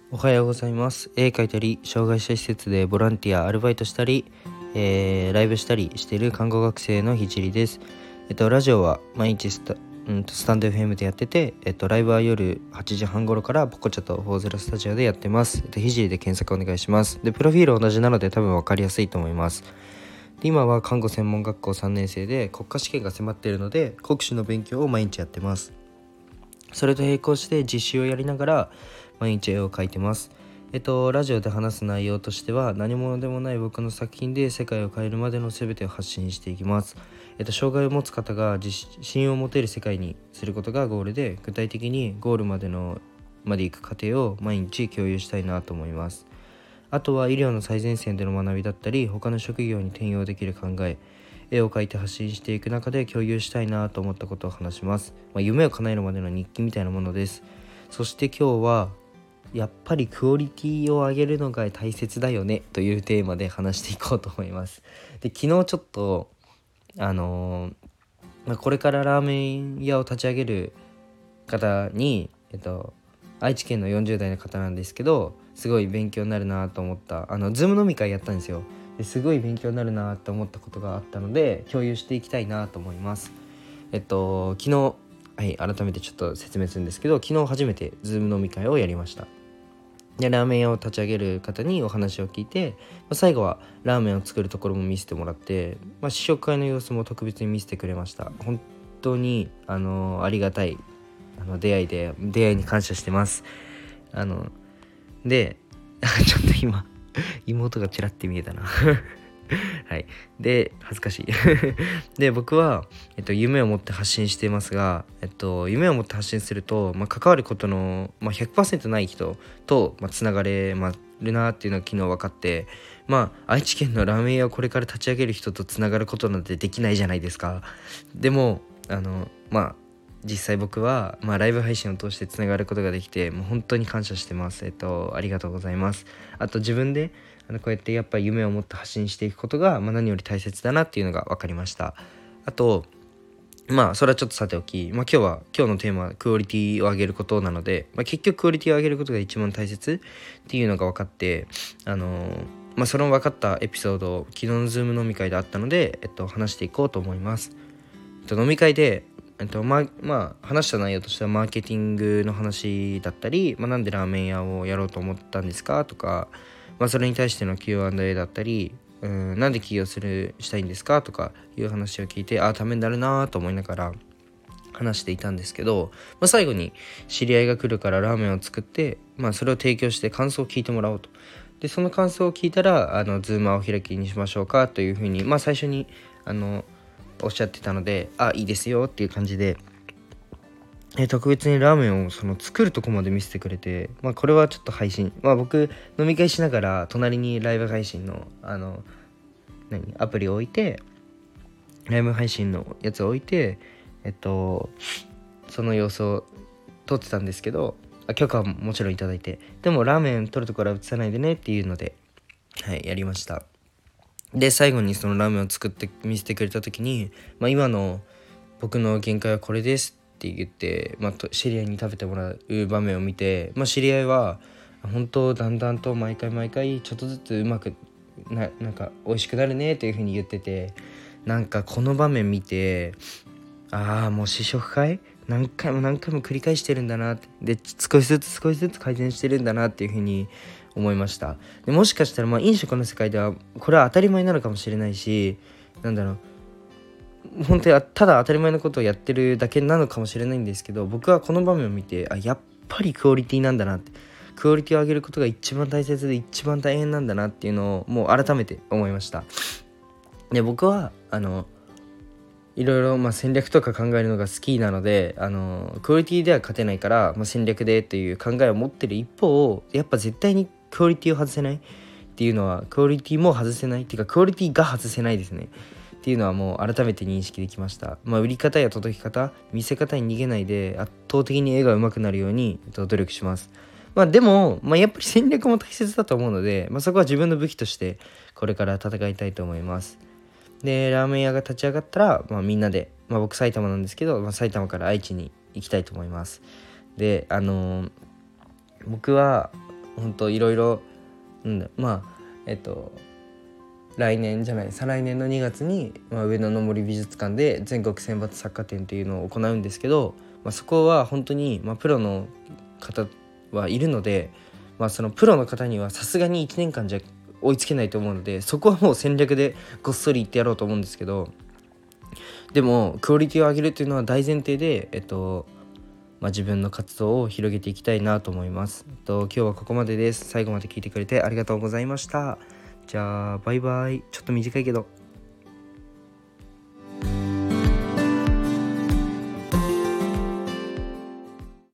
おはようございます。絵描いたり、障害者施設でボランティア、アルバイトしたり、ライブしたりしている看護学生のひじりです。ラジオは毎日スタンド FM でやってて、ライブは夜8時半頃からポコチャと40スタジオでやってます。ひじりで検索お願いします。で、プロフィール同じなので多分分かりやすいと思います。で、今は看護専門学校3年生で国家試験が迫っているので、国試の勉強を毎日やってます。それと並行して実習をやりながら毎日絵を描いてます。ラジオで話す内容としては、何者でもない僕の作品で世界を変えるまでの全てを発信していきます。障害を持つ方が自信を持てる世界にすることがゴールで、具体的にゴールまで行く過程を毎日共有したいなと思います。あとは医療の最前線での学びだったり、他の職業に転用できる考え、絵を描いて発信していく中で共有したいなと思ったことを話します。夢を叶えるまでの日記みたいなものです。そして今日はやっぱりクオリティを上げるのが大切だよねというテーマで話していこうと思います。で、昨日ちょっとこれからラーメン屋を立ち上げる方に、愛知県の40代の方なんですけど、すごい勉強になるなと思ったズーム飲み会やったんですよ。ですごい勉強になるなと思ったことがあったので共有していきたいなと思います。昨日、改めてちょっと説明するんですけど、昨日初めてズーム飲み会をやりました。で、ラーメン屋を立ち上げる方にお話を聞いて、最後はラーメンを作るところも見せてもらって、試食会の様子も特別に見せてくれました。本当にありがたい出会いに感謝してます。でちょっと今妹がちらって見えたなはい。で、恥ずかしいで、僕は、夢を持って発信していますが、夢を持って発信すると、関わることの、100% ない人と、つながれるなっていうのが昨日分かって、愛知県のラーメン屋をこれから立ち上げる人とつながることなんてできないじゃないですか。でも実際僕は、ライブ配信を通してつながることができて、もう本当に感謝してます。ありがとうございます。あと自分でこうやってやっぱり夢を持って発信していくことが、何より大切だなっていうのが分かりました。あとそれはちょっとさておき、今日のテーマはクオリティを上げることなので、結局クオリティを上げることが一番大切っていうのが分かって、その分かったエピソードを昨日のズーム飲み会であったので、話していこうと思います。飲み会で話した内容としてはマーケティングの話だったり、なんでラーメン屋をやろうと思ったんですかとか、それに対しての Q&A だったり、なんで起業したいんですかとかいう話を聞いて、ためになるなと思いながら話していたんですけど、最後に知り合いが来るからラーメンを作って、それを提供して感想を聞いてもらおうと。で、その感想を聞いたらズームを開きにしましょうかというふうに、最初におっしゃってたので、いいですよっていう感じで、特別にラーメンを作るとこまで見せてくれて、これはちょっと配信、僕飲み会しながら隣にライブ配信のアプリを置いて、ライブ配信のやつを置いて、その様子を撮ってたんですけど、許可はもちろんいただいて、でもラーメン撮るところは映さないでねっていうので、やりました。で、最後にそのラーメンを作って見せてくれた時に、今の僕の限界はこれですって言って、知り合いに食べてもらう場面を見て、知り合いは本当だんだんと毎回ちょっとずつうまくなんか美味しくなるねっていう風に言ってて、この場面見て、もう試食会何回も繰り返してるんだなって、で少しずつ改善してるんだなっていう風に思いました。で、もしかしたら飲食の世界ではこれは当たり前なのかもしれないし、本当にただ当たり前のことをやってるだけなのかもしれないんですけど、僕はこの場面を見て、やっぱりクオリティなんだなって、クオリティを上げることが一番大切で一番大変なんだなっていうのをもう改めて思いました。で、僕はいろいろ戦略とか考えるのが好きなので、クオリティでは勝てないから、戦略でっていう考えを持ってる一方、やっぱ絶対にクオリティを外せないっていうのは、クオリティも外せないっていうか、クオリティが外せないですねっていうのはもう改めて認識できました。売り方や届き方、見せ方に逃げないで圧倒的に絵が上手くなるように努力します。でも、やっぱり戦略も大切だと思うので、そこは自分の武器としてこれから戦いたいと思います。で、ラーメン屋が立ち上がったら、みんなで、僕埼玉なんですけど、埼玉から愛知に行きたいと思います。で、僕は本当いろいろ再来年の2月に、上野の森美術館で全国選抜作家展っていうのを行うんですけど、そこは本当に、プロの方はいるので、そのプロの方にはさすがに1年間じゃ追いつけないと思うので、そこはもう戦略でごっそり言ってやろうと思うんですけど、でもクオリティを上げるっていうのは大前提で、自分の活動を広げていきたいなと思います。今日はここまでです。最後まで聞いてくれてありがとうございました。じゃあバイバイ。ちょっと短いけど。